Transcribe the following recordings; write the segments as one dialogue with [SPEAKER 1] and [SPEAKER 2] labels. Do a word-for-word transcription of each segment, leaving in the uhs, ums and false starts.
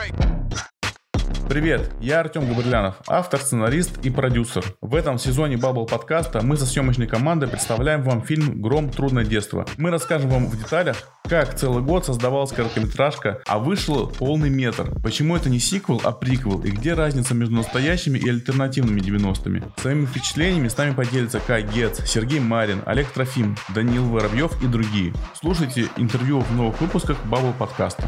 [SPEAKER 1] Привет, я Артем Габрилянов, автор, сценарист и продюсер. В этом сезоне Bubble подкаста мы со съемочной командой представляем вам фильм «Гром. Трудное детство». Мы расскажем вам в деталях, как целый год создавалась короткометражка, а вышел полный метр. Почему это не сиквел, а приквел, и где разница между настоящими и альтернативными девяностыми. Своими впечатлениями с нами поделятся Кай Гетц, Сергей Марин, Олег Трофим, Даниил Воробьев и другие. Слушайте интервью в новых выпусках Bubble подкаста.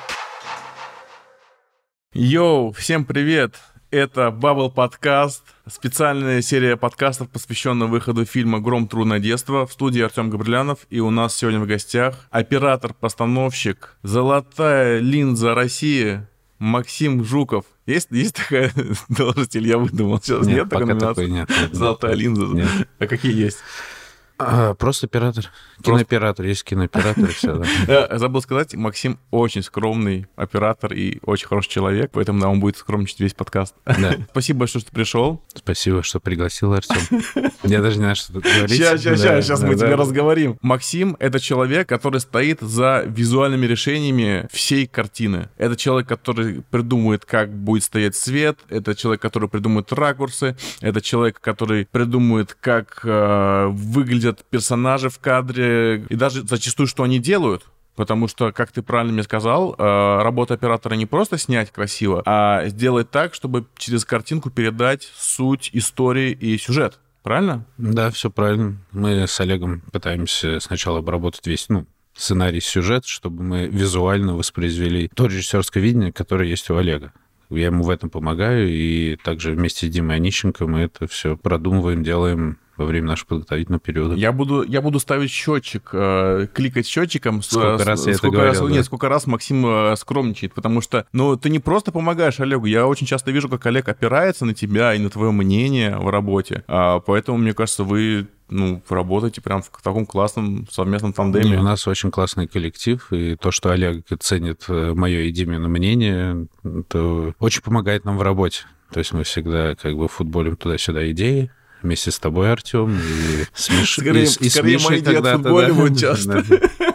[SPEAKER 1] Йоу, всем привет! Это Bubble подкаст, специальная серия подкастов, посвященная выходу фильма «Гром. Трудное детство». В студии Артем Габрилянов, и у нас сегодня в гостях оператор-постановщик, золотая линза России Максим Жуков. Есть, есть такая должность, или я выдумал? Сейчас нет, нет такой номинации? Нет, нет, золотая нет, линза. Нет. А какие есть?
[SPEAKER 2] А, просто оператор. Кинооператор. Есть кинооператор и все, да.
[SPEAKER 1] Я забыл сказать, Максим очень скромный оператор и очень хороший человек, поэтому да, он будет скромничать весь подкаст. Да. Спасибо большое, что ты пришел.
[SPEAKER 2] Спасибо, что пригласил, Артем. Я даже не знаю, что тут говорить.
[SPEAKER 1] Сейчас, сейчас, сейчас, сейчас мы тебе разговорим. Максим — это человек, который стоит за визуальными решениями всей картины. Это человек, который придумывает, как будет стоять свет. Это человек, который придумывает ракурсы. Это человек, который придумывает, как э, выглядят персонажи в кадре. И даже зачастую, что они делают. Потому что, как ты правильно мне сказал, работа оператора не просто снять красиво, а сделать так, чтобы через картинку передать суть истории и сюжет. Правильно?
[SPEAKER 2] Да, все правильно. Мы с Олегом пытаемся сначала обработать весь, ну, сценарий, сюжет, чтобы мы визуально воспроизвели то режиссерское видение, которое есть у Олега. Я ему в этом помогаю, и также вместе с Димой Онищенко мы это все продумываем, делаем во время нашего подготовительного периода.
[SPEAKER 1] Я буду, я буду ставить счетчик, э, кликать счетчиком.
[SPEAKER 2] Сколько
[SPEAKER 1] с,
[SPEAKER 2] раз я
[SPEAKER 1] сколько
[SPEAKER 2] это
[SPEAKER 1] раз,
[SPEAKER 2] говорил, да?
[SPEAKER 1] Нет, сколько раз Максим э, скромничает, потому что, ну, ты не просто помогаешь Олегу, я очень часто вижу, как Олег опирается на тебя и на твое мнение в работе, а, поэтому, мне кажется, вы... ну, работаете прям в таком классном совместном тандеме.
[SPEAKER 2] И у нас очень классный коллектив, и то, что Олег ценит мое и Димино мнение, это очень помогает нам в работе. То есть мы всегда как бы футболим туда-сюда идеи, вместе с тобой, Артем, и с Мишей.
[SPEAKER 1] Скорее,
[SPEAKER 2] и, и
[SPEAKER 1] скорее
[SPEAKER 2] с
[SPEAKER 1] мои дети футболивают часто.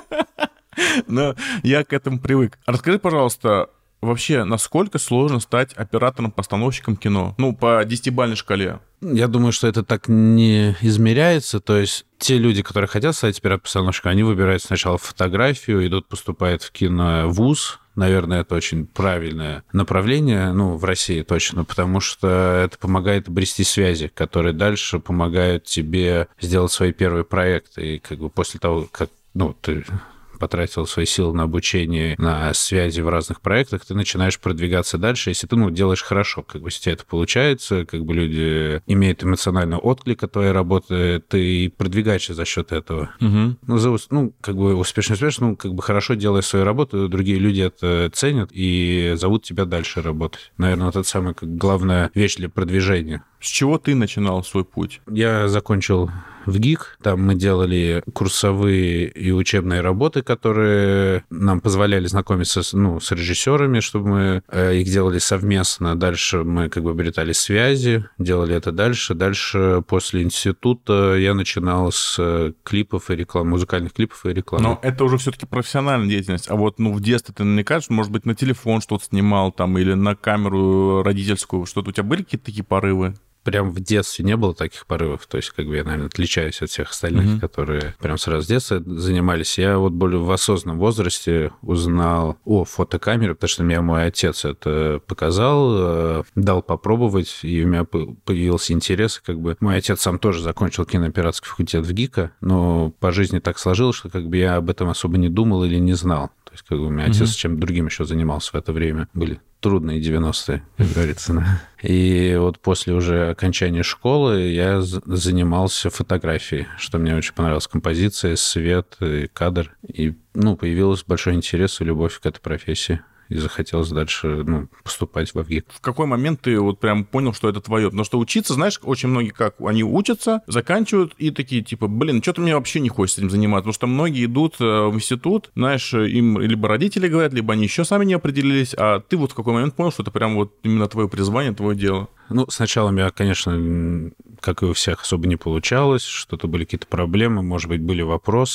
[SPEAKER 1] Но я к этому привык. Расскажи, пожалуйста, вообще, насколько сложно стать оператором-постановщиком кино? Ну, по десятибалльной шкале.
[SPEAKER 2] Я думаю, что это так не измеряется. То есть те люди, которые хотят стать оператором-постановщиком, они выбирают сначала фотографию, идут, поступают в киновуз. Наверное, это очень правильное направление, ну, в России точно, потому что это помогает обрести связи, которые дальше помогают тебе сделать свои первые проекты. И как бы после того, как, ну, ты потратил свои силы на обучение, на связи в разных проектах, ты начинаешь продвигаться дальше, если ты, ну, делаешь хорошо, как бы, если у тебя это получается, как бы люди имеют эмоциональный отклик от твоей работы, ты продвигаешься за счет этого.
[SPEAKER 1] Угу.
[SPEAKER 2] Ну, за, ну, как бы успешно, успешно, ну, как бы хорошо делая свою работу, другие люди это ценят и зовут тебя дальше работать. Наверное, вот это самая как, главная вещь для продвижения.
[SPEAKER 1] С чего ты начинал свой путь?
[SPEAKER 2] Я закончил в ГИК. Там мы делали курсовые и учебные работы, которые нам позволяли знакомиться с, ну, с режиссерами, чтобы мы э, их делали совместно. Дальше мы как бы обретали связи, делали это дальше. Дальше после института я начинал с клипов и рекламы, музыкальных клипов и рекламы.
[SPEAKER 1] Но это уже все-таки профессиональная деятельность. А вот, ну, в детстве ты наверняка, может быть, на телефон что-то снимал там или на камеру родительскую. Что-то у тебя были какие-то такие порывы?
[SPEAKER 2] Прям в детстве не было таких порывов. То есть, как бы я, наверное, отличаюсь от всех остальных, mm-hmm. которые прям сразу с детства занимались. Я вот более в осознанном возрасте узнал о фотокамере, потому что мне мой отец это показал, дал попробовать, и у меня появился интерес. Как бы мой отец сам тоже закончил кинооператорский факультет в ГИКа, но по жизни так сложилось, что как бы я об этом особо не думал или не знал. То есть, как бы у меня mm-hmm. отец чем другим еще занимался в это время. Были трудные девяностые, как говорится. И вот после уже окончания школы я занимался фотографией, что мне очень понравилась композиция, свет, и кадр. И, ну, появился большой интерес и любовь к этой профессии. И захотелось дальше, ну, поступать в ВГИК.
[SPEAKER 1] В какой момент ты вот прям понял, что это твое? Потому что учиться, знаешь, очень многие как, они учатся, заканчивают и такие, типа, блин, что-то мне вообще не хочется этим заниматься. Потому что многие идут в институт, знаешь, им либо родители говорят, либо они еще сами не определились, а ты вот в какой момент понял, что это прям вот именно твое призвание, твое дело?
[SPEAKER 2] Ну, сначала у меня, конечно, как и у всех, особо не получалось, что-то были какие-то проблемы, может быть, были вопросы.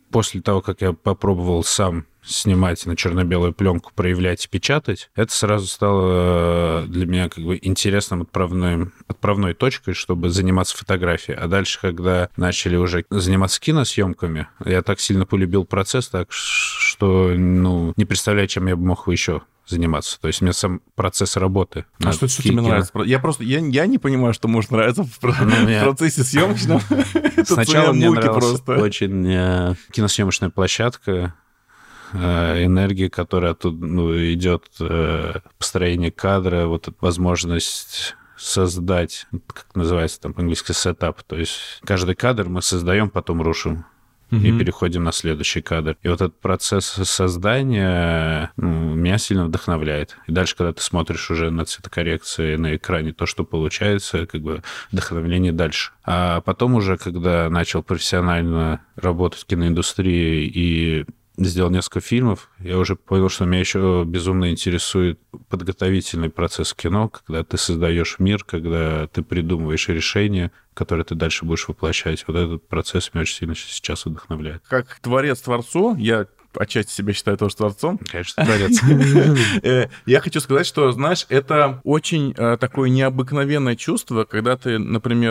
[SPEAKER 2] после того, как я попробовал сам снимать на черно-белую пленку, проявлять и печатать, это сразу стало для меня как бы интересным отправной, отправной точкой, чтобы заниматься фотографией. А дальше, когда начали уже заниматься киносъемками, я так сильно полюбил процесс, так что, ну, не представляю, чем я бы мог еще заниматься. То есть мне сам процесс работы.
[SPEAKER 1] А что, что тебе нравится? Я просто, я, я не понимаю, что может нравиться в, ну, в процессе съемочном.
[SPEAKER 2] Сначала мне нравилась очень киносъемочная площадка, энергия, которая оттуда, ну, идет, построение кадра, вот эта возможность создать, как называется там по-английски, сетап. То есть каждый кадр мы создаем, потом рушим. Uh-huh. И переходим на следующий кадр. И вот этот процесс создания, ну, меня сильно вдохновляет. И дальше, когда ты смотришь уже на цветокоррекции на экране, то, что получается, как бы вдохновление дальше. А потом уже, когда начал профессионально работать в киноиндустрии и сделал несколько фильмов, я уже понял, что меня еще безумно интересует подготовительный процесс кино, когда ты создаешь мир, когда ты придумываешь решения, которые ты дальше будешь воплощать. Вот этот процесс меня очень сильно сейчас вдохновляет.
[SPEAKER 1] Как творец творцу, я отчасти себя считаю тоже творцом.
[SPEAKER 2] Конечно, творец.
[SPEAKER 1] Я хочу сказать, что, знаешь, это очень такое необыкновенное чувство, когда ты, например,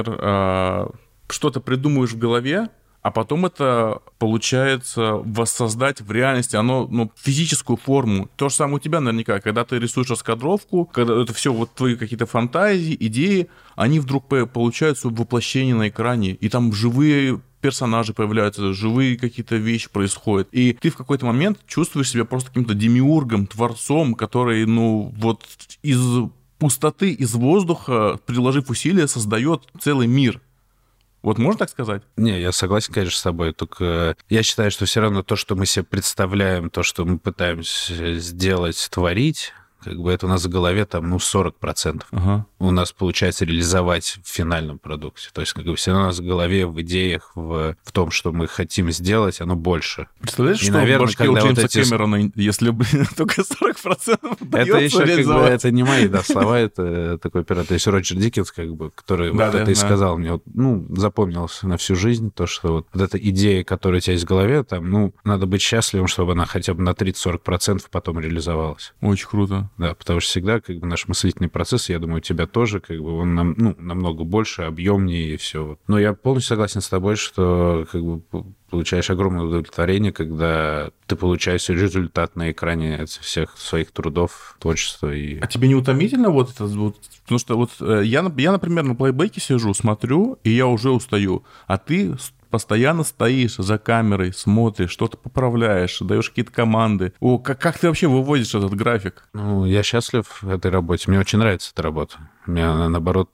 [SPEAKER 1] что-то придумываешь в голове, а потом это получается воссоздать в реальности, оно, ну, физическую форму. То же самое у тебя наверняка, когда ты рисуешь раскадровку, когда это все вот твои какие-то фантазии, идеи, они вдруг получаются воплощение на экране, и там живые персонажи появляются, живые какие-то вещи происходят. И ты в какой-то момент чувствуешь себя просто каким-то демиургом, творцом, который, ну, вот из пустоты, из воздуха, приложив усилия, создает целый мир. Вот можно так сказать?
[SPEAKER 2] Не, я согласен, конечно, с тобой, только я считаю, что все равно то, что мы себе представляем, то, что мы пытаемся сделать, творить, как бы это у нас в голове там, ну, сорок процентов. Ага. У нас получается реализовать в финальном продукте. То есть, как бы все равно у нас в голове, в идеях, в, в том, что мы хотим сделать, оно больше.
[SPEAKER 1] Представляешь, и, что наверное, в башке у Джеймса вот эти... Кэмерона, если бы только сорок процентов
[SPEAKER 2] это еще как бы, это не мои, да, слова, это такой оператор. То есть Роджер Диккенс, как бы, который да, вот да, это да. и сказал мне, вот, ну, запомнился на всю жизнь, то, что вот, вот эта идея, которая у тебя есть в голове, там, ну, надо быть счастливым, чтобы она хотя бы на тридцать-сорок процентов потом реализовалась.
[SPEAKER 1] Очень круто.
[SPEAKER 2] Да, потому что всегда, как бы, наш мыслительный процесс, я думаю, у тебя тоже, как бы, он нам, ну, намного больше, объемнее и все. Но я полностью согласен с тобой, что, как бы, получаешь огромное удовлетворение, когда ты получаешь результат на экране всех своих трудов, творчества. И...
[SPEAKER 1] А тебе не утомительно вот это вот? Потому что вот я, я, например, на плейбеке сижу, смотрю, и я уже устаю, а ты постоянно стоишь за камерой, смотришь, что-то поправляешь, даешь какие-то команды. О, как, как ты вообще выводишь этот график?
[SPEAKER 2] Ну, я счастлив в этой работе. Мне очень нравится эта работа. Меня она, наоборот,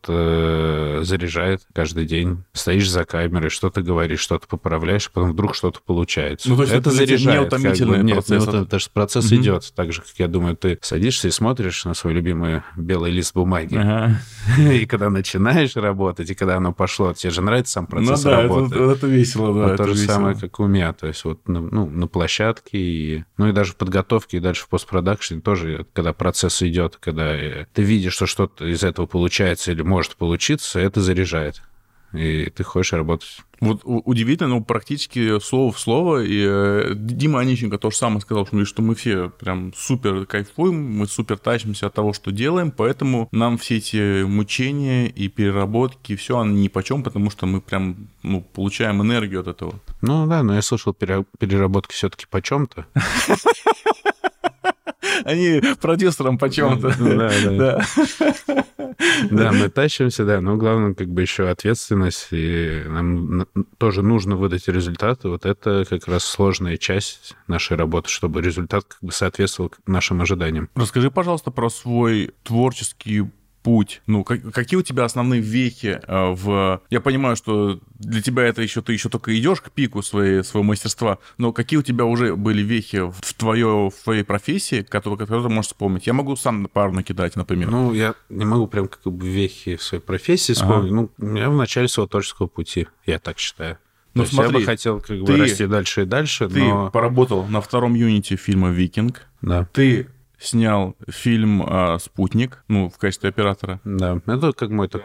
[SPEAKER 2] заряжает каждый день. Стоишь за камерой, что-то говоришь, что-то поправляешь, потом вдруг что-то получается.
[SPEAKER 1] Ну, то есть это, это заряжает. Неутомительный как бы, процесс.
[SPEAKER 2] Нет, ну, это же процесс угу. идет. Так же, как я думаю, ты садишься и смотришь на свой любимый белый лист бумаги. Ага. И когда начинаешь работать, и когда оно пошло, тебе же нравится сам процесс
[SPEAKER 1] ну, да,
[SPEAKER 2] работы.
[SPEAKER 1] Это, это весело, да.
[SPEAKER 2] Вот
[SPEAKER 1] это
[SPEAKER 2] то же
[SPEAKER 1] весело.
[SPEAKER 2] самое, как у меня. То есть вот ну, на площадке, и, ну и даже в подготовке, и дальше в постпродакшене тоже, когда процесс идет, когда ты видишь, что что-то из этого получается или может получиться, это заряжает. И ты хочешь работать.
[SPEAKER 1] Вот удивительно, но практически слово в слово. И э, Дима Онищенко то же самое сказал, что, что мы все прям супер кайфуем, мы супер тащимся от того, что делаем, поэтому нам все эти мучения и переработки, все, они нипочем, потому что мы прям ну, получаем энергию от этого.
[SPEAKER 2] Ну да, но я слышал, переработки все-таки почем-то.
[SPEAKER 1] Они продюсерам почем-то.
[SPEAKER 2] Да, да. Да, мы тащимся, да, но главное, как бы еще ответственность, и нам тоже нужно выдать результаты. Вот это как раз сложная часть нашей работы, чтобы результат как бы соответствовал нашим ожиданиям.
[SPEAKER 1] Расскажи, пожалуйста, про свой творческий путь. Ну, как, какие у тебя основные вехи э, в... Я понимаю, что для тебя это еще ты еще только идешь к пику своей, своего мастерства, но какие у тебя уже были вехи в, твое, в твоей профессии, которые, которые ты можешь вспомнить? Я могу сам пару накидать, например.
[SPEAKER 2] Ну, я не могу прям как бы вехи в своей профессии вспомнить. Ага. Ну, я в начале своего творческого пути, я так считаю. Ну, смотри, я бы хотел как бы ты, расти дальше и дальше,
[SPEAKER 1] ты но... Ты поработал на втором юните фильма «Викинг».
[SPEAKER 2] Да.
[SPEAKER 1] Ты снял фильм а, «Спутник», ну, в качестве оператора.
[SPEAKER 2] Да, это как мой такой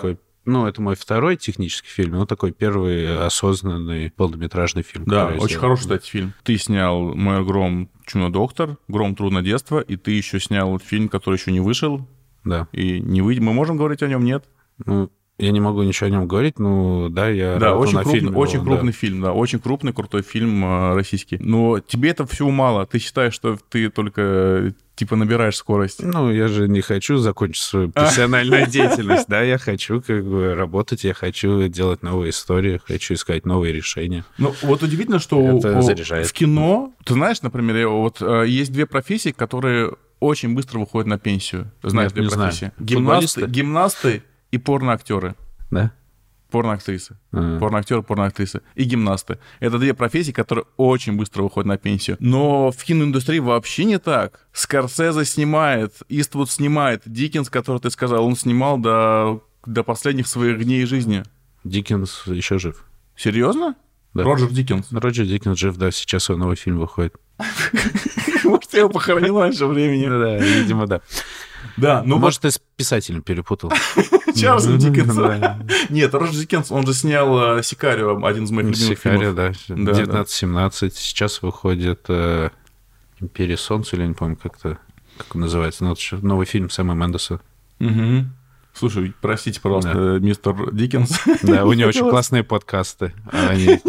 [SPEAKER 2] Ну, это мой второй технический фильм, но такой первый осознанный полнометражный фильм.
[SPEAKER 1] Да, очень сделал. Хороший, кстати, фильм. Ты снял «Мой гром. Чудо-доктор», «Гром. Трудное детство», и ты еще снял фильм, который еще не вышел.
[SPEAKER 2] Да.
[SPEAKER 1] И не выйдет. Мы можем говорить о нем, нет?
[SPEAKER 2] Ну, я не могу ничего о нем говорить, но да, я
[SPEAKER 1] да, очень, крупный,
[SPEAKER 2] фильме,
[SPEAKER 1] очень
[SPEAKER 2] да.
[SPEAKER 1] крупный фильм, да, очень крупный, крутой фильм э, российский. Но тебе это всего мало. Ты считаешь, что ты только типа набираешь скорость?
[SPEAKER 2] Ну, я же не хочу закончить свою профессиональную деятельность, да, я хочу как бы работать, я хочу делать новые истории, хочу искать новые решения.
[SPEAKER 1] Ну, вот удивительно, что в кино, ты знаешь, например, вот есть две профессии, которые очень быстро выходят на пенсию. Знаешь, две профессии. Гимнасты, гимнасты и порноактеры.
[SPEAKER 2] Да?
[SPEAKER 1] Порноактрисы.
[SPEAKER 2] А-а-а.
[SPEAKER 1] Порноактеры, порноактрисы. И гимнасты. Это две профессии, которые очень быстро выходят на пенсию. Но в киноиндустрии вообще не так. Скорсезе снимает, Иствуд снимает, Диккенс, который ты сказал, он снимал до, до последних своих дней жизни.
[SPEAKER 2] Диккенс еще жив.
[SPEAKER 1] Серьезно?
[SPEAKER 2] Да.
[SPEAKER 1] Роджер Диккенс.
[SPEAKER 2] Роджер Диккенс жив, да, сейчас его новый фильм выходит.
[SPEAKER 1] Может, я его похоронил раньше времени.
[SPEAKER 2] Да, видимо, да.
[SPEAKER 1] Да, ну
[SPEAKER 2] может, ты с писателем перепутал.
[SPEAKER 1] Чарльзом Диккенсом. Нет, Роджер Диккенс, он же снял «Сикарио», один из моих любимых фильмов.
[SPEAKER 2] «Сикарио», да. девятнадцать семнадцать. Сейчас выходит «Империя солнца», или не помню, как-то, как он называется. Ну, новый фильм Сэма Мендеса.
[SPEAKER 1] Угу. Слушай, простите, пожалуйста, да. мистер Диккенс.
[SPEAKER 2] Да, у него очень классные подкасты. Они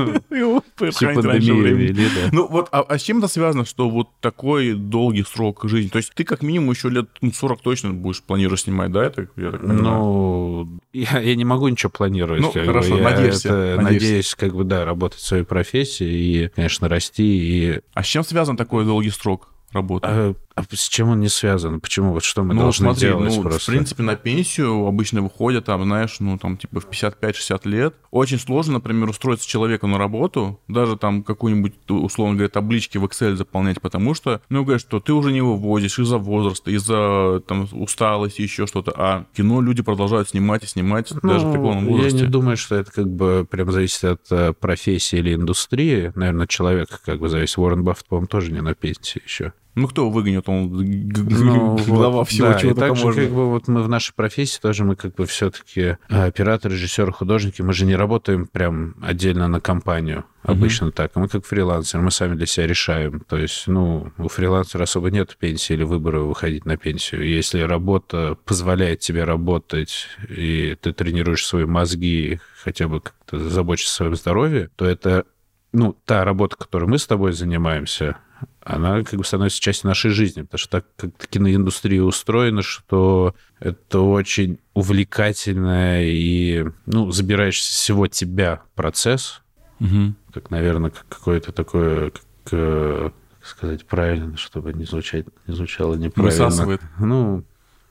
[SPEAKER 2] всю пандемию вели, да.
[SPEAKER 1] Ну вот, а с чем это связано, что вот такой долгий срок жизни? То есть ты как минимум еще лет сорок точно будешь планируешь снимать, да? Это, я так понимаю.
[SPEAKER 2] Ну, я, я не могу ничего планировать.
[SPEAKER 1] Ну, хорошо,
[SPEAKER 2] бы.
[SPEAKER 1] надеешься,
[SPEAKER 2] это,
[SPEAKER 1] надеешься.
[SPEAKER 2] Надеюсь, как бы, да, работать в своей профессии и, конечно, расти. И...
[SPEAKER 1] А с чем связан такой долгий срок работы?
[SPEAKER 2] А, а с чем он не связан? Почему? Вот что мы
[SPEAKER 1] ну,
[SPEAKER 2] должны
[SPEAKER 1] смотри,
[SPEAKER 2] делать
[SPEAKER 1] ну,
[SPEAKER 2] просто?
[SPEAKER 1] В принципе, на пенсию обычно выходят, там, знаешь, ну, там, типа, в пятьдесят пять шестьдесят лет. Очень сложно, например, устроиться человеку на работу, даже там какую-нибудь, условно говоря, таблички в Excel заполнять, потому что, ну, говорят, что ты уже не вывозишь из-за возраста, из-за, там, усталости, еще что-то. А кино люди продолжают снимать и снимать ну, даже в преклонном возрасте.
[SPEAKER 2] Я не думаю, что это как бы прям зависит от профессии или индустрии. Наверное, человек как бы зависит. Уоррен Баффет, по-моему, тоже не на пенсии еще.
[SPEAKER 1] Ну, кто его выгонит? Он ну, глава
[SPEAKER 2] вот,
[SPEAKER 1] всего,
[SPEAKER 2] да,
[SPEAKER 1] чего
[SPEAKER 2] и
[SPEAKER 1] только
[SPEAKER 2] также,
[SPEAKER 1] можно.
[SPEAKER 2] Как бы, вот мы в нашей профессии тоже, мы как бы все-таки операторы, режиссеры, художники, мы же не работаем прям отдельно на компанию. Обычно uh-huh. так. Мы как фрилансеры, мы сами для себя решаем. То есть, ну, у фрилансера особо нет пенсии или выбора выходить на пенсию. Если работа позволяет тебе работать, и ты тренируешь свои мозги, хотя бы как-то заботишься о своем здоровье, то это, ну, та работа, которой мы с тобой занимаемся, она как бы становится частью нашей жизни, потому что так как киноиндустрия устроена, что это очень увлекательный и, ну, забираешь всего тебя процесс,
[SPEAKER 1] угу.
[SPEAKER 2] как, наверное, как какое-то такое, как, как сказать правильно, чтобы не, звучать, не звучало неправильно.
[SPEAKER 1] Высасывает.
[SPEAKER 2] Ну,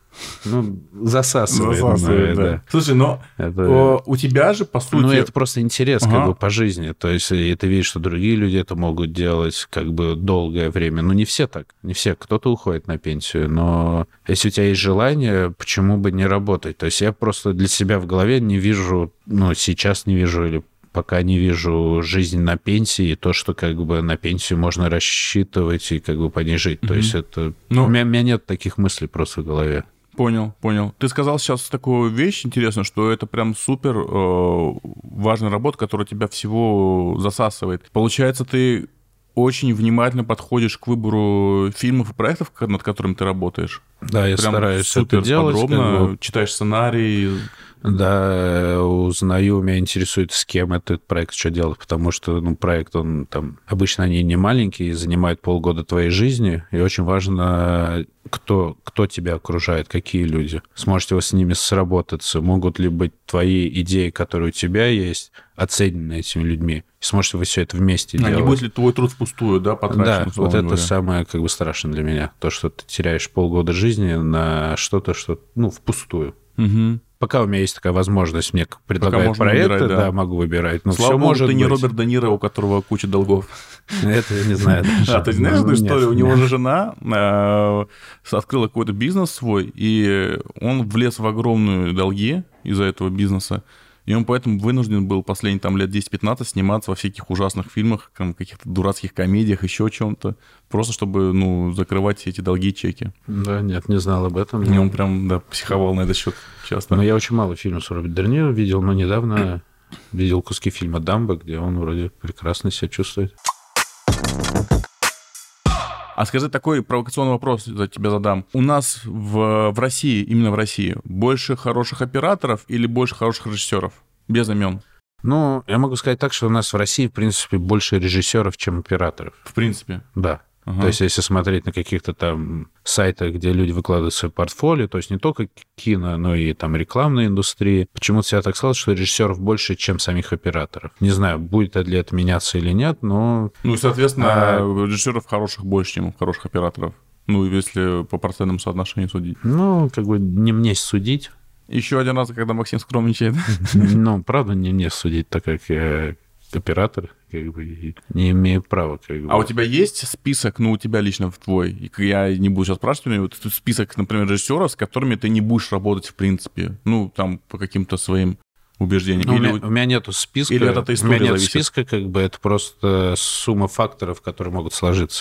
[SPEAKER 2] ну, засасывает.
[SPEAKER 1] Засасывает,
[SPEAKER 2] ну,
[SPEAKER 1] да. да. Слушай, но это... о, у тебя же, по сути...
[SPEAKER 2] Ну, это просто интерес
[SPEAKER 1] ага.
[SPEAKER 2] как бы по жизни. То есть, и ты видишь, что другие люди это могут делать как бы долгое время. Ну, не все так. Не все. Кто-то уходит на пенсию. Но если у тебя есть желание, почему бы не работать? То есть я просто для себя в голове не вижу, ну, сейчас не вижу или пока не вижу жизнь на пенсии, и то, что как бы на пенсию можно рассчитывать и как бы по ней жить. Mm-hmm. То есть это... Ну, у, меня, у меня нет таких мыслей просто в голове.
[SPEAKER 1] Понял, понял. Ты сказал сейчас такую вещь интересную, что это прям супер э, важная работа, которая тебя всего засасывает. Получается, ты очень внимательно подходишь к выбору фильмов и проектов, над которыми ты работаешь.
[SPEAKER 2] Да, я прям стараюсь
[SPEAKER 1] супер
[SPEAKER 2] это делать.
[SPEAKER 1] Подробно
[SPEAKER 2] как бы...
[SPEAKER 1] читаешь сценарий.
[SPEAKER 2] Да, узнаю, меня интересует, с кем этот проект что делать, потому что, ну, проект, он там, обычно они не маленькие, занимают полгода твоей жизни, и очень важно, кто, кто тебя окружает, какие люди. Сможете вы с ними сработаться, могут ли быть твои идеи, которые у тебя есть, оценены этими людьми, и сможете вы все это вместе а делать.
[SPEAKER 1] Не будет ли твой труд впустую, да, потрачен?
[SPEAKER 2] Да, вот это
[SPEAKER 1] говоря.
[SPEAKER 2] самое, как бы, страшное для меня, то, что ты теряешь полгода жизни на что-то, что, ну, впустую.
[SPEAKER 1] Угу.
[SPEAKER 2] Пока у меня есть такая возможность, мне предлагают проекты,
[SPEAKER 1] выбирать, да.
[SPEAKER 2] да, могу выбирать. Но
[SPEAKER 1] Слава
[SPEAKER 2] все
[SPEAKER 1] богу,
[SPEAKER 2] может
[SPEAKER 1] ты
[SPEAKER 2] быть.
[SPEAKER 1] не Роберт Де Ниро, у которого куча долгов.
[SPEAKER 2] Это я не знаю.
[SPEAKER 1] А, ты знаешь эту историю? У него же жена открыла какой-то бизнес свой, и он влез в огромные долги из-за этого бизнеса. И он поэтому вынужден был последние там лет десять-пятнадцать сниматься во всяких ужасных фильмах, там, каких-то дурацких комедиях, еще чем-то. Просто чтобы, ну, закрывать все эти долги, чеки.
[SPEAKER 2] Да, нет, не знал об этом.
[SPEAKER 1] И он прям, да, психовал на этот счет часто.
[SPEAKER 2] Но я очень мало фильмов с Робертом Де Ниро видел, но недавно видел куски фильма «Дамбо», где он вроде прекрасно себя чувствует.
[SPEAKER 1] А скажи, такой провокационный вопрос за тебя задам. У нас в, в России, именно в России, больше хороших операторов или больше хороших режиссеров? Без имен.
[SPEAKER 2] Ну, я могу сказать так, что у нас в России, в принципе, больше режиссеров, чем операторов.
[SPEAKER 1] В принципе?
[SPEAKER 2] Да. Ага. То есть, если смотреть на каких-то там сайтах, где люди выкладывают свое портфолио, то есть не только кино, но и там рекламной индустрии, почему-то я так сказал, что режиссеров больше, чем самих операторов. Не знаю, будет ли это меняться или нет, но...
[SPEAKER 1] Ну, и, соответственно, а... режиссеров хороших больше, чем хороших операторов. Ну, если по процентному соотношению судить.
[SPEAKER 2] Ну, как бы не мне судить.
[SPEAKER 1] Еще один раз, когда Максим скромничает.
[SPEAKER 2] Ну, правда, не мне судить, так как я оператор, как бы, не имею права. Как бы.
[SPEAKER 1] А у тебя есть список, ну, у тебя лично в твой, и я не буду сейчас спрашивать, вот список, например, режиссеров, с которыми ты не будешь работать в принципе, ну, там, по каким-то своим убеждениям?
[SPEAKER 2] Ну,
[SPEAKER 1] или...
[SPEAKER 2] у, меня, у меня нету списка.
[SPEAKER 1] Или это
[SPEAKER 2] у меня нет
[SPEAKER 1] зависит?
[SPEAKER 2] списка, как бы, это просто сумма факторов, которые могут сложиться.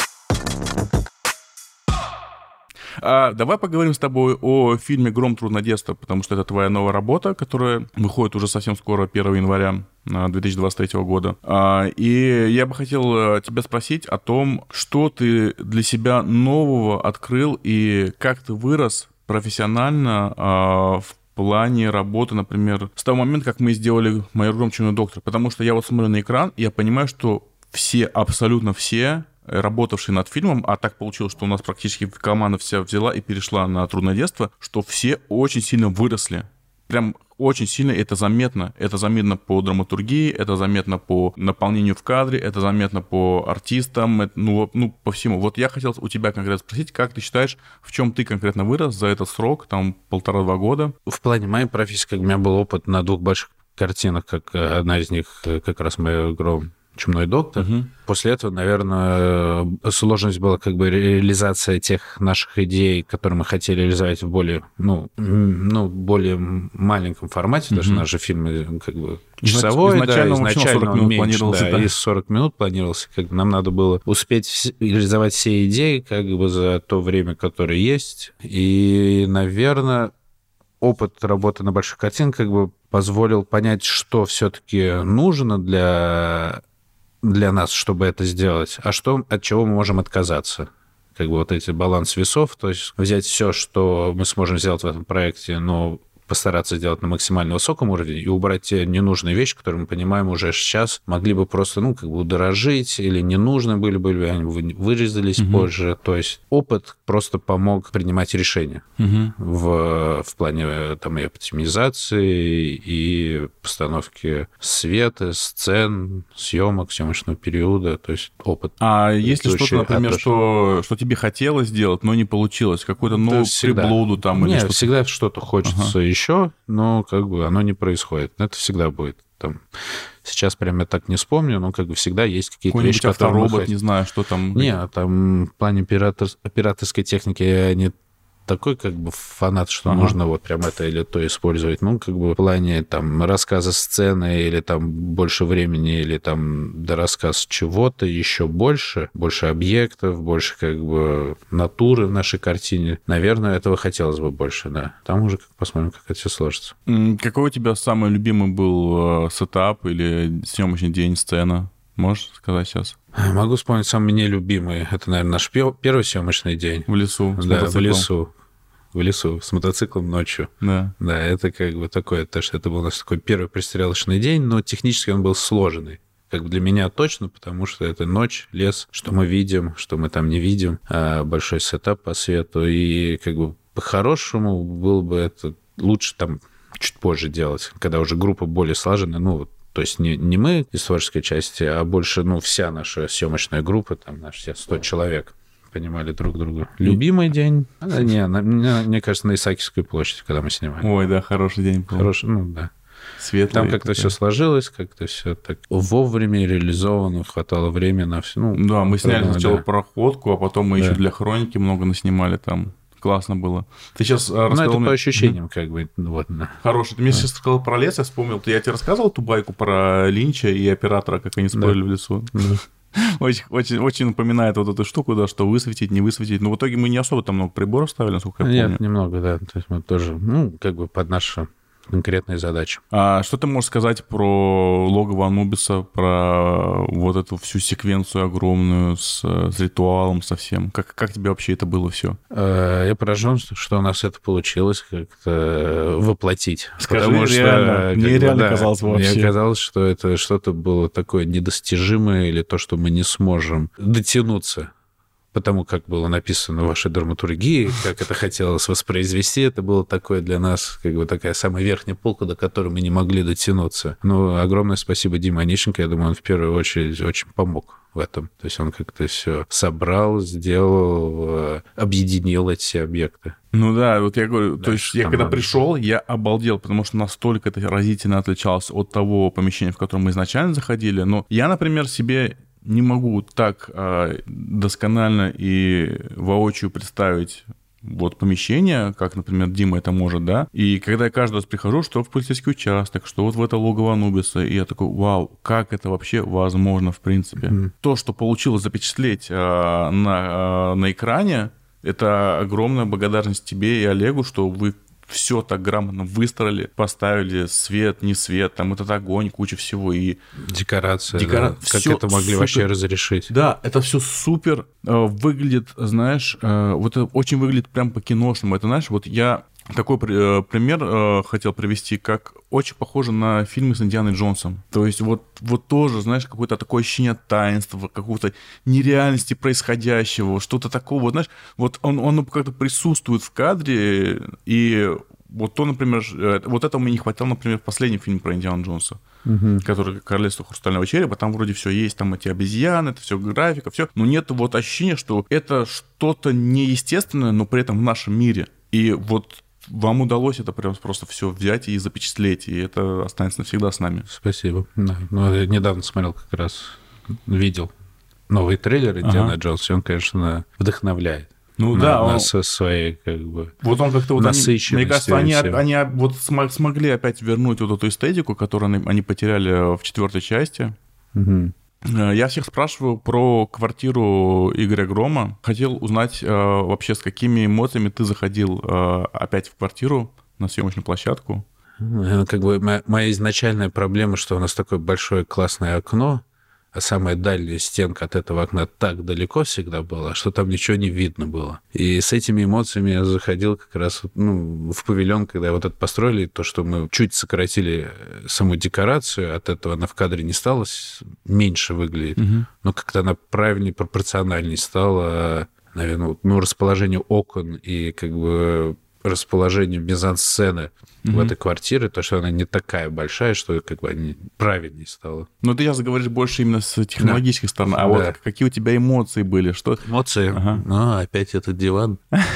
[SPEAKER 1] А, давай поговорим с тобой о фильме «Гром. Трудное детство», потому что это твоя новая работа, которая выходит уже совсем скоро, первого января две тысячи двадцать третьего года. А, и я бы хотел тебя спросить о том, что ты для себя нового открыл и как ты вырос профессионально а, в плане работы, например, с того момента, как мы сделали «Майор Гром. Чумной доктор». Потому что я вот смотрю на экран, и я понимаю, что все, абсолютно все, работавшие над фильмом, а так получилось, что у нас практически команда вся взяла и перешла на «Трудное детство», что все очень сильно выросли. Прям очень сильно это заметно. Это заметно по драматургии, это заметно по наполнению в кадре, это заметно по артистам, это, ну, ну, по всему. Вот я хотел у тебя конкретно спросить, как ты считаешь, в чем ты конкретно вырос за этот срок, там, полтора-два года?
[SPEAKER 2] В плане моей профессии, как у меня был опыт на двух больших картинах, как одна из них как раз «Майор Гром. Чумной доктор». Угу. После этого, наверное, сложность была как бы реализация тех наших идей, которые мы хотели реализовать в более, ну, ну, более маленьком формате, угу. Потому что наши фильмы как бы часовой, изначально, да, изначально
[SPEAKER 1] сорок минут
[SPEAKER 2] меньше,
[SPEAKER 1] планировался,
[SPEAKER 2] да,
[SPEAKER 1] да.
[SPEAKER 2] И сорок минут планировался. Как бы нам надо было успеть реализовать все идеи как бы за то время, которое есть. И, наверное, опыт работы на больших картинах как бы позволил понять, что все-таки нужно для... для нас, чтобы это сделать, а что, от чего мы можем отказаться. Как бы вот эти баланс весов, то есть взять все, что мы сможем сделать в этом проекте, но постараться сделать на максимально высоком уровне и убрать те ненужные вещи, которые мы понимаем уже сейчас, могли бы просто, ну, как бы удорожить или не нужны были бы, или они вырезались угу. позже. То есть опыт просто помог принимать решения угу. в, в плане там, и оптимизации, и постановки света, сцен, съемок, съемочного периода. То есть опыт.
[SPEAKER 1] А если что-то, например, что, что тебе хотелось сделать, но не получилось? Какой-то новый приблуду там?
[SPEAKER 2] Нет,
[SPEAKER 1] или что-то?
[SPEAKER 2] Всегда что-то хочется ага. еще, но как бы оно не происходит. Это всегда будет. Там, сейчас прям я так не вспомню, но как бы всегда есть какие-то вещи, которые...
[SPEAKER 1] Авторобот, не знаю, что там...
[SPEAKER 2] Нет, там в плане оператор... операторской техники я не такой как бы фанат, что ага. нужно вот прям это или то использовать. Ну, как бы в плане там рассказа сцены или там больше времени, или там до рассказ чего-то еще больше, больше объектов, больше как бы натуры в нашей картине. Наверное, этого хотелось бы больше, да. Там уже посмотрим, как это все сложится.
[SPEAKER 1] Какой у тебя самый любимый был сетап или съемочный день, сцена? Можешь сказать сейчас?
[SPEAKER 2] Могу вспомнить самый нелюбимый. Это, наверное, наш первый съемочный день.
[SPEAKER 1] В лесу?
[SPEAKER 2] Да, в лесу. В лесу с мотоциклом ночью.
[SPEAKER 1] Да.
[SPEAKER 2] Да, это как бы такое, то, что это был у нас такой первый пристрелочный день, но технически он был сложный. Как бы для меня точно, потому что это ночь, лес, что мы видим, что мы там не видим, большой сетап по свету, и как бы по-хорошему было бы это лучше там чуть позже делать, когда уже группа более слаженная, ну, то есть не, не мы из творческой части, а больше, ну, вся наша съемочная группа, там, наши все сто человек понимали друг друга. Любимый день? А, не, на, мне, мне кажется, на Исаакиевской площади, когда мы снимали.
[SPEAKER 1] Ой, да, хороший день был.
[SPEAKER 2] Хороший, ну, да.
[SPEAKER 1] Светлый.
[SPEAKER 2] Там как-то все сложилось, как-то все так вовремя реализовано, хватало времени на все. Ну,
[SPEAKER 1] да, мы сняли сначала
[SPEAKER 2] да.
[SPEAKER 1] проходку, а потом мы да. еще для хроники много наснимали там. классно было. Ты сейчас
[SPEAKER 2] ну,
[SPEAKER 1] рассказал...
[SPEAKER 2] это
[SPEAKER 1] мне...
[SPEAKER 2] по ощущениям, mm-hmm. как бы, вот.
[SPEAKER 1] Хороший. Ты мне сейчас сказал про лес, я вспомнил. Я тебе рассказывал ту байку про Линча и оператора, как они спорили да. в лесу? Очень, очень, очень напоминает вот эту штуку, да, что высветить, не высветить. Но в итоге мы не особо там много приборов ставили, насколько я помню.
[SPEAKER 2] Нет, немного, да. То есть мы тоже, ну, как бы под наши конкретные задачи.
[SPEAKER 1] А что ты можешь сказать про логово Анубиса, про вот эту всю секвенцию огромную с, с ритуалом совсем? Как, как тебе вообще это было все?
[SPEAKER 2] Я поражен, что у нас это получилось как-то воплотить.
[SPEAKER 1] Скажи, потому что, реально, мне бы, реально да, казалось вообще.
[SPEAKER 2] Мне казалось, что это что-то было такое недостижимое или то, что мы не сможем дотянуться. Потому как было написано в вашей драматургии, как это хотелось воспроизвести, это было такое для нас, как бы такая самая верхняя полка, до которой мы не могли дотянуться. Ну, огромное спасибо Диме Онищенко, я думаю, он в первую очередь очень помог в этом. То есть он как-то все собрал, сделал, объединил эти объекты.
[SPEAKER 1] Ну да, вот я говорю, да, то есть я когда надо. пришел, я обалдел, потому что настолько это разительно отличалось от того помещения, в котором мы изначально заходили. Но я, например, себе... не могу так э, досконально и воочию представить вот помещение, как, например, Дима это может, да, и когда я каждый раз прихожу, что в полицейский участок, что вот в это логово Анубиса, и я такой, вау, как это вообще возможно в принципе. Mm-hmm. То, что получилось запечатлеть э, на, э, на экране, это огромная благодарность тебе и Олегу, что вы все так грамотно выстроили, поставили свет, не свет, там этот огонь, куча всего и...
[SPEAKER 2] Декорация,
[SPEAKER 1] Декора...
[SPEAKER 2] да. Как это могли супер... вообще разрешить?
[SPEAKER 1] Да, это все супер э, выглядит, знаешь, э, вот это очень выглядит прям по-киношному. Это, знаешь, вот я такой э, пример э, хотел привести, как очень похоже на фильмы с Индианой Джонсом. То есть вот, вот тоже, знаешь, какое-то такое ощущение таинства, какого-то нереальности происходящего, что-то такого, знаешь, вот он, он как-то присутствует в кадре, и вот то, например, вот этого мне не хватало, например, в последнем фильме про Индиану Джонса, угу. который «Королевство хрустального черепа», там вроде все есть, там эти обезьяны, это все графика, все, но нет вот ощущения, что это что-то неестественное, но при этом в нашем мире. И вот вам удалось это прям просто все взять и запечатлеть, и это останется навсегда с нами.
[SPEAKER 2] Спасибо. Да. Ну, я недавно смотрел как раз, видел новый трейлер Индиана ага. Джонса, и он, конечно, вдохновляет.
[SPEAKER 1] Ну
[SPEAKER 2] на,
[SPEAKER 1] да,
[SPEAKER 2] на
[SPEAKER 1] он...
[SPEAKER 2] со своей, как бы,
[SPEAKER 1] вот он как-то вот
[SPEAKER 2] насыщенностью.
[SPEAKER 1] Мне кажется, они, они вот смогли опять вернуть вот эту эстетику, которую они потеряли в четвертой части.
[SPEAKER 2] Угу.
[SPEAKER 1] Я всех спрашиваю про квартиру Игоря Грома. Хотел узнать вообще, с какими эмоциями ты заходил опять в квартиру на съемочную площадку.
[SPEAKER 2] Как бы моя, моя изначальная проблема, что у нас такое большое классное окно, а самая дальняя стенка от этого окна так далеко всегда была, что там ничего не видно было. И с этими эмоциями я заходил как раз ну, в павильон, когда вот это построили, то, что мы чуть сократили саму декорацию, от этого она в кадре не стала меньше выглядеть, угу. но как-то она правильнее, пропорциональнее стала, наверное, ну, расположение окон и как бы расположение мизансцены mm-hmm. в этой квартире, то, что она не такая большая, что как бы они правильнее стало.
[SPEAKER 1] Ну, ты сейчас говоришь больше именно с технологической да. стороны. А да. вот какие у тебя эмоции были? Что...
[SPEAKER 2] Эмоции? Ага. Ну, опять этот диван.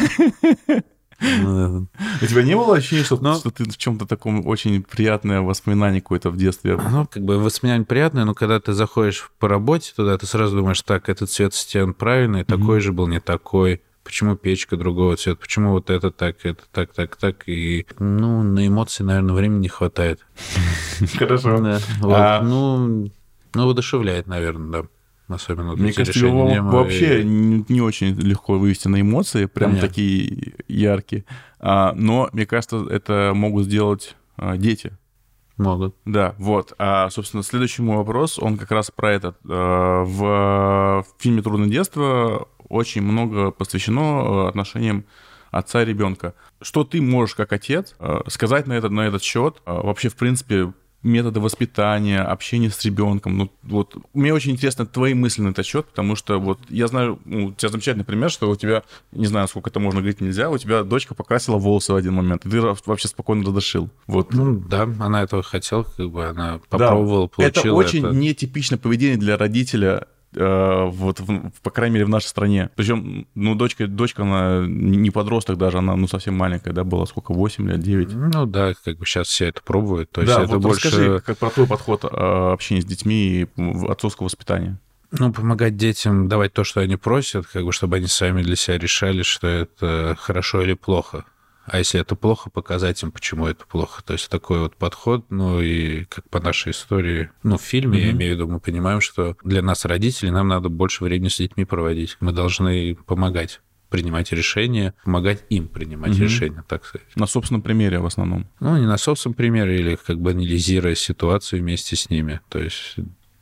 [SPEAKER 1] У тебя не было ощущения, что, но... что ты в чем-то таком очень приятное воспоминание какое-то в детстве?
[SPEAKER 2] Ну, как бы воспоминание приятное, но когда ты заходишь по работе туда, ты сразу думаешь, так, этот цвет стен правильный, mm-hmm. такой же был, не такой. Почему печка другого цвета? Почему вот это так, это так, так, так? И, ну, на эмоции, наверное, времени не хватает.
[SPEAKER 1] Хорошо.
[SPEAKER 2] Да. Вот. А... Ну, ну, воодушевляет, наверное, да. Особенно
[SPEAKER 1] мне кажется, его вообще и... не очень легко вывести на эмоции, прям Понятно. Такие яркие. А, но, мне кажется, это могут сделать а, дети.
[SPEAKER 2] Могут.
[SPEAKER 1] Да, вот. А, собственно, следующий мой вопрос, он как раз про этот. А, в фильме «Трудное детство» очень много посвящено отношениям отца и ребенка. Что ты можешь, как отец, сказать на этот, на этот счет? Вообще, в принципе, методы воспитания, общения с ребенком. Ну, вот, мне очень интересны твои мысли на этот счет, потому что вот я знаю, ну, у тебя замечательный пример, что у тебя, не знаю, сколько это можно говорить, нельзя, у тебя дочка покрасила волосы в один момент, и ты вообще спокойно разрешил. Вот.
[SPEAKER 2] Ну, да, она этого хотела, как бы она попробовала, да, получила.
[SPEAKER 1] Это очень это... нетипичное поведение для родителя, вот, в, по крайней мере, в нашей стране. Причем, ну, дочка, дочка, она не подросток даже, она, ну, совсем маленькая, да, была сколько, восемь лет, девять?
[SPEAKER 2] Ну, да, как бы сейчас все это пробуют. То
[SPEAKER 1] да,
[SPEAKER 2] есть
[SPEAKER 1] вот
[SPEAKER 2] это больше...
[SPEAKER 1] расскажи, как про твой подход общения с детьми и отцовского воспитания.
[SPEAKER 2] Ну, помогать детям, давать то, что они просят, как бы, чтобы они сами для себя решали, что это хорошо или плохо. А если это плохо, показать им, почему это плохо. То есть такой вот подход, ну и как по нашей истории, ну, в фильме, mm-hmm. я имею в виду, мы понимаем, что для нас, родителей, нам надо больше времени с детьми проводить. Мы должны помогать принимать решения, помогать им принимать mm-hmm. решения, так сказать.
[SPEAKER 1] На собственном примере в основном.
[SPEAKER 2] Ну, не на собственном примере, или как бы анализируя ситуацию вместе с ними. То есть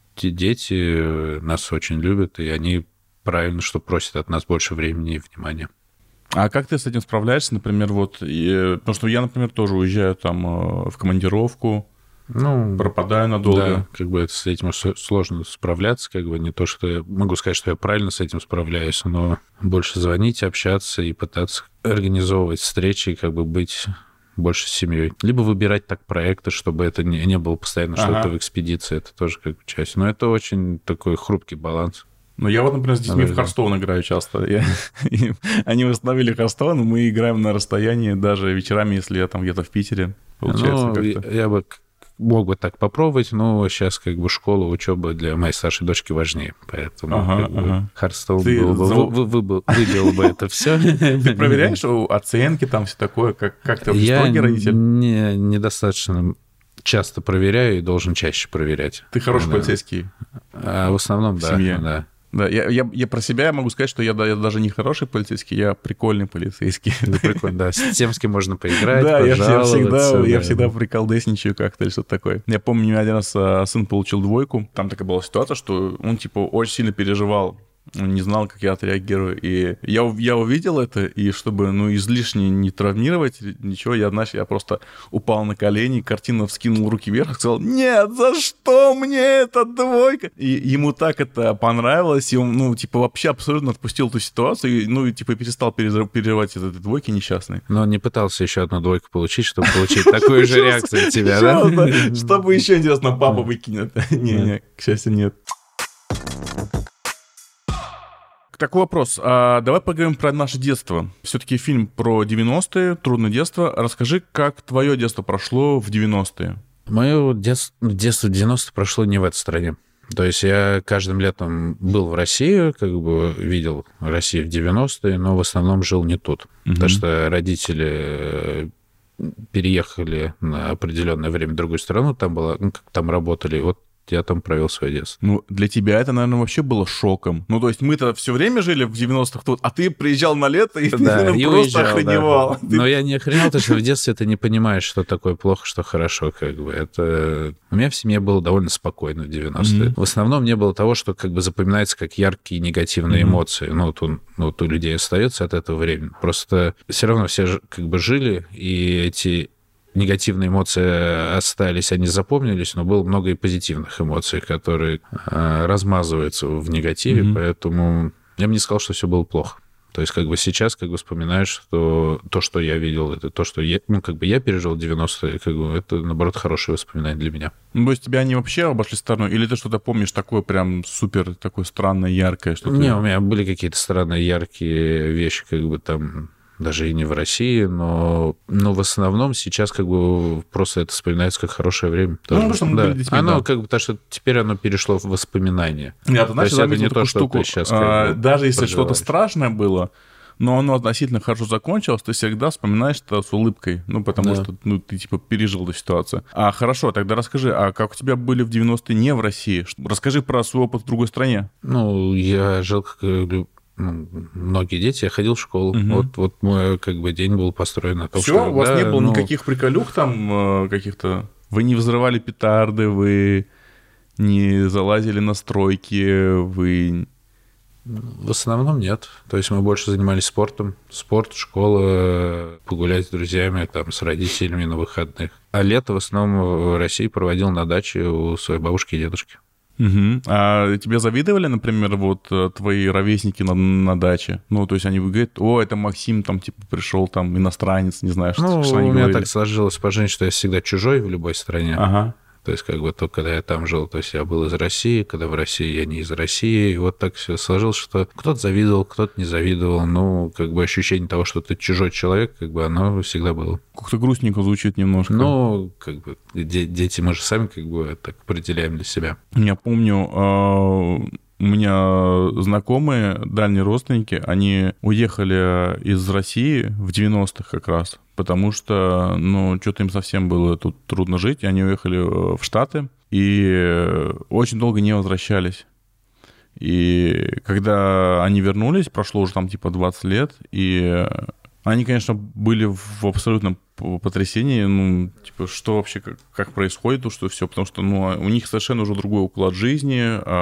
[SPEAKER 2] дети нас очень любят, и они правильно, что просят от нас больше времени и внимания.
[SPEAKER 1] А как ты с этим справляешься, например, вот, и, потому что я, например, тоже уезжаю там в командировку, ну, пропадаю надолго.
[SPEAKER 2] Да, как бы это, с этим сложно справляться, как бы не то, что я могу сказать, что я правильно с этим справляюсь, но больше звонить, общаться и пытаться организовывать встречи, как бы быть больше с семьей. Либо выбирать так проекты, чтобы это не, не было постоянно ага. что-то в экспедиции, это тоже как бы часть. Но это очень такой хрупкий баланс.
[SPEAKER 1] Ну, я вот, например, с детьми Надо в Харстоун играю часто. Я, и, они восстановили Харстоун, и мы играем на расстоянии даже вечерами, если я там где-то в Питере. Получается,
[SPEAKER 2] ну, я, я бы мог бы так попробовать, но сейчас как бы школа, учеба для моей старшей дочки важнее. Поэтому ага, как бы, ага. Харстоун был бы, зав... вы, вы, вы, выбил бы это все.
[SPEAKER 1] Ты проверяешь оценки, там все такое? Как, как ты
[SPEAKER 2] я
[SPEAKER 1] строгий родитель?
[SPEAKER 2] Не, недостаточно часто проверяю и должен чаще проверять.
[SPEAKER 1] Ты хороший да. полицейский?
[SPEAKER 2] А, в основном, в да.
[SPEAKER 1] Семье.
[SPEAKER 2] да.
[SPEAKER 1] Да, я, я, я про себя могу сказать, что я, я даже не хороший полицейский, я прикольный полицейский.
[SPEAKER 2] Да, прикольно, да. С тем, с кем можно поиграть,
[SPEAKER 1] да, я всегда,
[SPEAKER 2] да.
[SPEAKER 1] я всегда приколдесничаю как-то или что-то такое. Я помню, один раз сын получил двойку, там такая была ситуация, что он, типа, очень сильно переживал. Он не знал, как я отреагирую. И я, я увидел это, и чтобы, ну, излишне не травмировать ничего, я, знаешь, я просто упал на колени, картинно вскинул руки вверх и сказал: «Нет, за что мне эта двойка?» И ему так это понравилось, и он, ну, типа, вообще абсолютно отпустил эту ситуацию, и, ну, и, типа, перестал переживать из этой двойки несчастной.
[SPEAKER 2] Но он не пытался еще одну двойку получить, чтобы получить такую же реакцию от тебя, да?
[SPEAKER 1] Чтобы еще, интересно, папа выкинет. Не-не, к счастью, нет. Такой вопрос. А, давай поговорим про наше детство. Все-таки фильм про девяностые, трудное детство. Расскажи, как твое детство прошло в девяностые?
[SPEAKER 2] Мое детство, детство в девяностые прошло не в этой стране. То есть я каждым летом был в России, как бы видел Россию в девяностые, но в основном жил не тут. Угу. Потому что родители переехали на определенное время в другую страну, там, было, ну, там работали. Вот я там провел свое детство.
[SPEAKER 1] Ну, для тебя это, наверное, вообще было шоком. Ну, то есть мы-то все время жили в девяностых тут, а ты приезжал на лето и да, ты, наверное, и просто уезжал, охреневал.
[SPEAKER 2] Да. Ты... Но я не охренел, потому что в детстве ты не понимаешь, что такое плохо, что хорошо, как бы. Это... У меня в семье было довольно спокойно в девяностые. Mm-hmm. В основном не было того, что как бы запоминается как яркие негативные mm-hmm. эмоции. Ну, вот у, ну, вот у людей остается от этого времени. Просто все равно все как бы жили, и эти... негативные эмоции остались, они запомнились, но было много и позитивных эмоций, которые э, размазываются в негативе, mm-hmm. поэтому я бы не сказал, что все было плохо. То есть как бы сейчас как бы вспоминаешь, что то, что я видел, это то, что я, ну, как бы я пережил девяностые, как бы это, наоборот, хорошие воспоминания для меня.
[SPEAKER 1] Ну, то есть тебя они вообще обошли стороной? Или ты что-то помнишь такое прям супер, такое странное, яркое? Что
[SPEAKER 2] Не,
[SPEAKER 1] ты...
[SPEAKER 2] у меня были какие-то странные, яркие вещи, как бы там... даже и не в России, но, но в основном сейчас как бы просто это вспоминается как хорошее время. Тоже.
[SPEAKER 1] Ну, потому что
[SPEAKER 2] да.
[SPEAKER 1] детьми,
[SPEAKER 2] оно
[SPEAKER 1] да.
[SPEAKER 2] как бы, потому что теперь оно перешло в воспоминания.
[SPEAKER 1] Я, ты знаешь,
[SPEAKER 2] то есть это не то, что
[SPEAKER 1] штуку,
[SPEAKER 2] ты сейчас
[SPEAKER 1] а, даже если
[SPEAKER 2] проживаешь.
[SPEAKER 1] что-то страшное было, но оно относительно хорошо закончилось, ты всегда вспоминаешь это с улыбкой, ну, потому да. что ну, ты, типа, пережил эту ситуацию. А хорошо, тогда расскажи, а как у тебя были в девяностые не в России? Расскажи про свой опыт в другой стране.
[SPEAKER 2] Ну, я жил как... Ну, многие дети, я ходил в школу. Угу. Вот, вот мой как бы день был построен на том,
[SPEAKER 1] Всё?
[SPEAKER 2] что...
[SPEAKER 1] У вас
[SPEAKER 2] да,
[SPEAKER 1] не было
[SPEAKER 2] ну...
[SPEAKER 1] никаких приколюх там каких-то? Вы не взрывали петарды, вы не залазили на стройки, вы...
[SPEAKER 2] В основном нет. То есть мы больше занимались спортом. Спорт, школа, погулять с друзьями, там, с родителями на выходных. А лето в основном в России проводил на даче у своей бабушки и дедушки.
[SPEAKER 1] Угу. А тебе завидовали, например, вот твои ровесники на, на даче? Ну, то есть они говорят: о, это Максим там, типа, пришел там иностранец, не знаю, что,
[SPEAKER 2] ну,
[SPEAKER 1] что они
[SPEAKER 2] у меня
[SPEAKER 1] говорили.
[SPEAKER 2] так сложилось по жизни, что я всегда чужой в любой стране.
[SPEAKER 1] Ага.
[SPEAKER 2] То есть, как бы, только когда я там жил, то есть я был из России, когда в России я не из России, и вот так все сложилось, что кто-то завидовал, кто-то не завидовал, ну, как бы ощущение того, что ты чужой человек, как бы оно всегда было.
[SPEAKER 1] Как-то грустненько звучит немножко.
[SPEAKER 2] Ну, как бы, дети, мы же сами, как бы, так определяем для себя.
[SPEAKER 1] Я помню, У меня знакомые, дальние родственники, они уехали из России в девяностых как раз, потому что, ну, что-то им совсем было тут трудно жить, и они уехали в Штаты и очень долго не возвращались. И когда они вернулись, прошло уже там типа двадцать лет, и они, конечно, были в абсолютном потрясении, ну, типа, что вообще, как, как происходит, то, что все, потому что, ну, у них совершенно уже другой уклад жизни,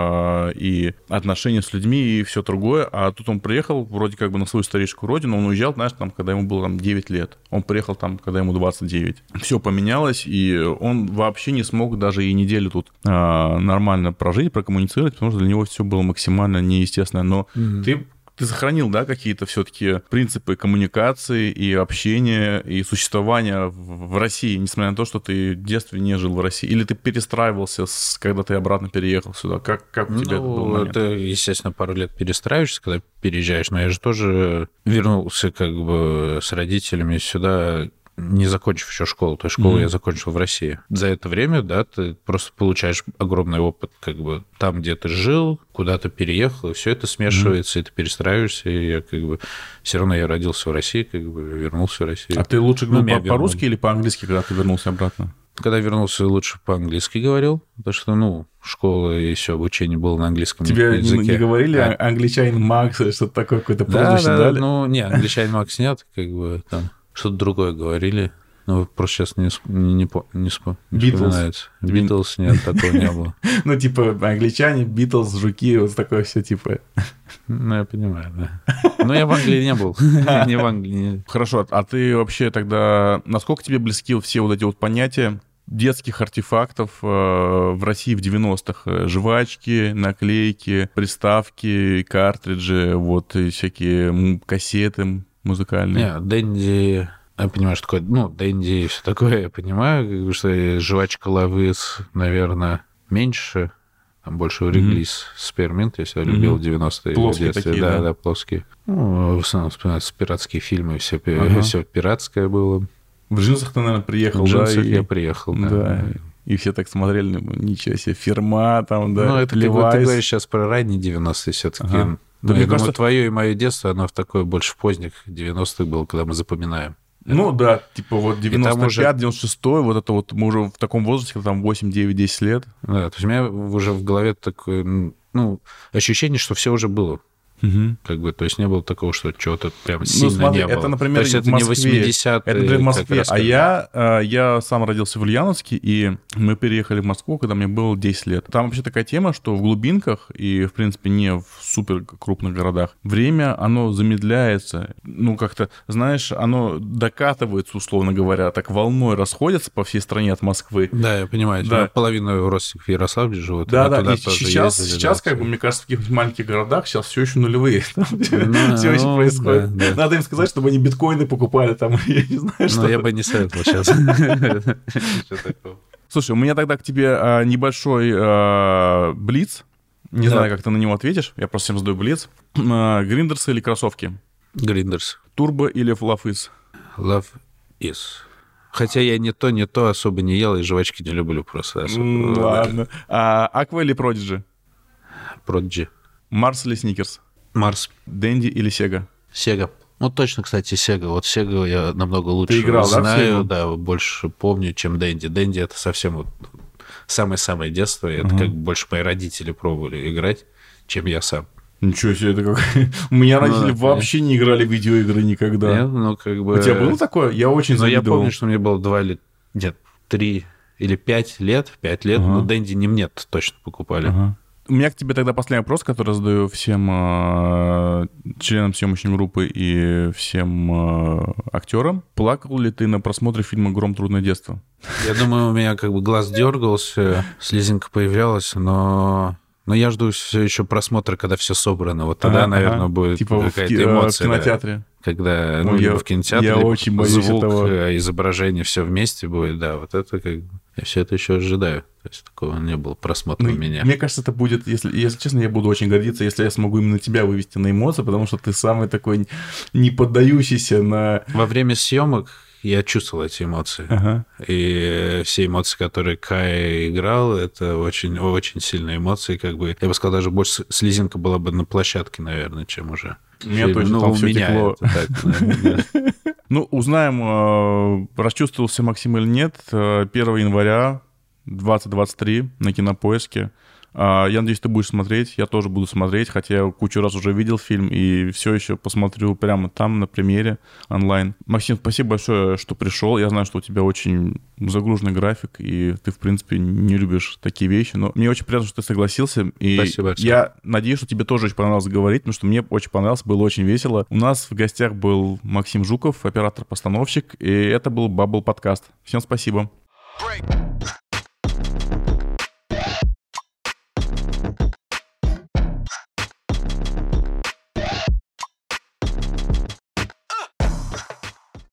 [SPEAKER 1] а, и отношения с людьми, и все другое, а тут он приехал вроде как бы на свою историческую родину, он уезжал, знаешь, там, когда ему было там девять лет, он приехал там, когда ему двадцать девять. Все поменялось, и он вообще не смог даже и неделю тут а, нормально прожить, прокоммуницировать, потому что для него все было максимально неестественно, но mm-hmm. ты... Ты сохранил, да, какие-то все-таки принципы коммуникации и общения, и существования в России, несмотря на то, что ты в детстве не жил в России? Или ты перестраивался, с, когда ты обратно переехал сюда? Как, как у тебя
[SPEAKER 2] ну,
[SPEAKER 1] это был момент?
[SPEAKER 2] Ты, естественно, пару лет перестраиваешься, когда переезжаешь, но я же тоже вернулся как бы с родителями сюда, не закончив еще школу. То есть школу mm-hmm. я закончил в России. За это время, да, ты просто получаешь огромный опыт, как бы там, где ты жил, куда ты переехал, и все это смешивается, mm-hmm. и ты перестраиваешься, и я как бы все равно я родился в России, как бы вернулся в Россию.
[SPEAKER 1] А ты лучше говорил ну, по- по-русски или по-английски, когда ты вернулся обратно?
[SPEAKER 2] Когда вернулся, лучше по-английски говорил, потому что, ну, школа и все обучение было на английском
[SPEAKER 1] Тебе
[SPEAKER 2] языке.
[SPEAKER 1] Тебе не говорили а... англичанин Макс, что-то такое, какое-то прозвище
[SPEAKER 2] да,
[SPEAKER 1] дали?
[SPEAKER 2] Да, ну, не, англичанин Макс нет, как бы там... Что-то другое говорили, но просто сейчас не, не, не, не, не вспоминается. Битлз нет, такого не было.
[SPEAKER 1] Ну, типа, англичане, Битлз, жуки, вот такое все, типа.
[SPEAKER 2] Ну, я понимаю, да. Но я в Англии не был. Не в Англии.
[SPEAKER 1] Хорошо, а ты вообще тогда... Насколько тебе близки все вот эти вот понятия детских артефактов в России в девяностых? Жвачки, наклейки, приставки, картриджи, вот, и всякие кассеты музыкальные.
[SPEAKER 2] Нет, Дэнди, я понимаю, что такое, ну, Дэнди и все такое, я понимаю, что жвачка Лавыс, наверное, меньше, там больше Реглис, mm-hmm. Спирминт, если я любил mm-hmm. девяностые
[SPEAKER 1] плоские
[SPEAKER 2] детстве.
[SPEAKER 1] Такие,
[SPEAKER 2] да,
[SPEAKER 1] да,
[SPEAKER 2] да, плоские. Ну, в основном вспоминаются пиратские фильмы, все, ага. все пиратское было.
[SPEAKER 1] В джинсах ты, наверное, приехал,
[SPEAKER 2] в
[SPEAKER 1] да? В
[SPEAKER 2] джинсах
[SPEAKER 1] и...
[SPEAKER 2] я приехал, да.
[SPEAKER 1] да. И все так смотрели, ну, ничего себе, Фирма там, да,
[SPEAKER 2] Ну, это как бы ты говоришь сейчас про ранние девяностые все-таки. Ага.
[SPEAKER 1] Да,
[SPEAKER 2] я
[SPEAKER 1] мне
[SPEAKER 2] думаю,
[SPEAKER 1] кажется...
[SPEAKER 2] твое и мое детство, оно в такое больше в поздних девяностых было, когда мы запоминаем.
[SPEAKER 1] Ну да, типа вот девяносто пятый, девяносто шестой, вот это вот мы уже в таком возрасте, когда там восемь, девять, десять лет.
[SPEAKER 2] Да, то есть у меня уже в голове такое, ну, ощущение, что все уже было. Угу. Как бы, то есть не было такого, что чего-то прям сильно ну, смотри, не было.
[SPEAKER 1] Это, например,
[SPEAKER 2] то есть это
[SPEAKER 1] в Москве,
[SPEAKER 2] не восьмидесятые.
[SPEAKER 1] Это в Москве. А я, я сам родился в Ульяновске, и мы переехали в Москву, когда мне было десять лет. Там вообще такая тема, что в глубинках и, в принципе, не в супер крупных городах время, оно замедляется. Ну, как-то, знаешь, оно докатывается, условно говоря, так волной расходится по всей стране от Москвы.
[SPEAKER 2] Да, я понимаю. Да. Половина родственников в Ярославле живут.
[SPEAKER 1] Да, да. И сейчас, ездили, сейчас да, как бы, мне кажется, в каких-то маленьких городах сейчас все еще нулевые. Ну, все еще происходит. Да, да. Надо им сказать, чтобы они биткоины покупали там, я не знаю, что.
[SPEAKER 2] Но я бы не советовал сейчас.
[SPEAKER 1] Слушай, у меня тогда к тебе небольшой блиц. Не знаю, как ты на него ответишь. Я просто всем задаю блиц. Гриндерсы или кроссовки?
[SPEAKER 2] Гриндерс.
[SPEAKER 1] Турбо или Love Is?
[SPEAKER 2] Love Is. Хотя я не то, не то особо не ел, и жвачки не люблю просто.
[SPEAKER 1] Mm, ладно. А Аква или Продиджи?
[SPEAKER 2] Продиджи.
[SPEAKER 1] Марс или Сникерс?
[SPEAKER 2] Марс.
[SPEAKER 1] Дэнди или Сега?
[SPEAKER 2] Сега. Ну, точно, кстати, Сега. Вот Сега я намного лучше
[SPEAKER 1] Ты играл,
[SPEAKER 2] знаю,
[SPEAKER 1] да,
[SPEAKER 2] да, больше помню, чем Дэнди. Дэнди — это совсем вот самое-самое детство. Это uh-huh. как бы больше мои родители пробовали играть, чем я сам.
[SPEAKER 1] Ничего себе, это как... У меня родители ну, вообще не играли в видеоигры никогда.
[SPEAKER 2] Нет, ну, как бы...
[SPEAKER 1] У тебя было такое? Я очень
[SPEAKER 2] ну,
[SPEAKER 1] завидовал.
[SPEAKER 2] Я помню, что мне было два или... Нет, три или пять лет. Пять лет, uh-huh. но Дэнди не мне точно покупали.
[SPEAKER 1] Uh-huh. У меня к тебе тогда последний вопрос, который задаю всем э, членам съемочной группы и всем э, актерам. Плакал ли ты на просмотре фильма «Гром. Трудное детство»?
[SPEAKER 2] Я думаю, у меня как бы глаз дергался, слезинка появлялась, но... Но я жду все еще просмотра, когда все собрано. Вот тогда, ага, наверное, ага. будет типа какая-то в, эмоция. В кинотеатре. Да, когда ну, я, в кинотеатре
[SPEAKER 1] я очень боюсь
[SPEAKER 2] звук,
[SPEAKER 1] этого.
[SPEAKER 2] Изображение, все вместе будет. Да, вот это как... Я все это еще ожидаю. То есть такого не было просмотра
[SPEAKER 1] ну,
[SPEAKER 2] у меня.
[SPEAKER 1] Мне кажется, это будет, если, если честно, я буду очень гордиться, если я смогу именно тебя вывести на эмоции, потому что ты самый такой не поддающийся на...
[SPEAKER 2] Во время съемок я чувствовал эти эмоции.
[SPEAKER 1] Ага.
[SPEAKER 2] И все эмоции, которые Кай играл, это очень, очень сильные эмоции. Как бы, я бы сказал, даже больше слезинка была бы на площадке, наверное, чем уже.
[SPEAKER 1] У меня точно
[SPEAKER 2] ну,
[SPEAKER 1] там
[SPEAKER 2] у
[SPEAKER 1] все
[SPEAKER 2] меня
[SPEAKER 1] текло. Ну, узнаем, расчувствовался Максим или нет, первого января двадцать двадцать три на Кинопоиске. Я надеюсь, ты будешь смотреть, я тоже буду смотреть, хотя я кучу раз уже видел фильм и все еще посмотрю прямо там, на премьере, онлайн. Максим, спасибо большое, что пришел. Я знаю, что у тебя очень загруженный график, и ты, в принципе, не любишь такие вещи, но мне очень приятно, что ты согласился. И
[SPEAKER 2] спасибо.
[SPEAKER 1] Я надеюсь, что тебе тоже очень понравилось говорить, потому что мне очень понравилось, было очень весело. У нас в гостях был Максим Жуков, оператор-постановщик, и это был Bubble подкаст. Всем спасибо. Break.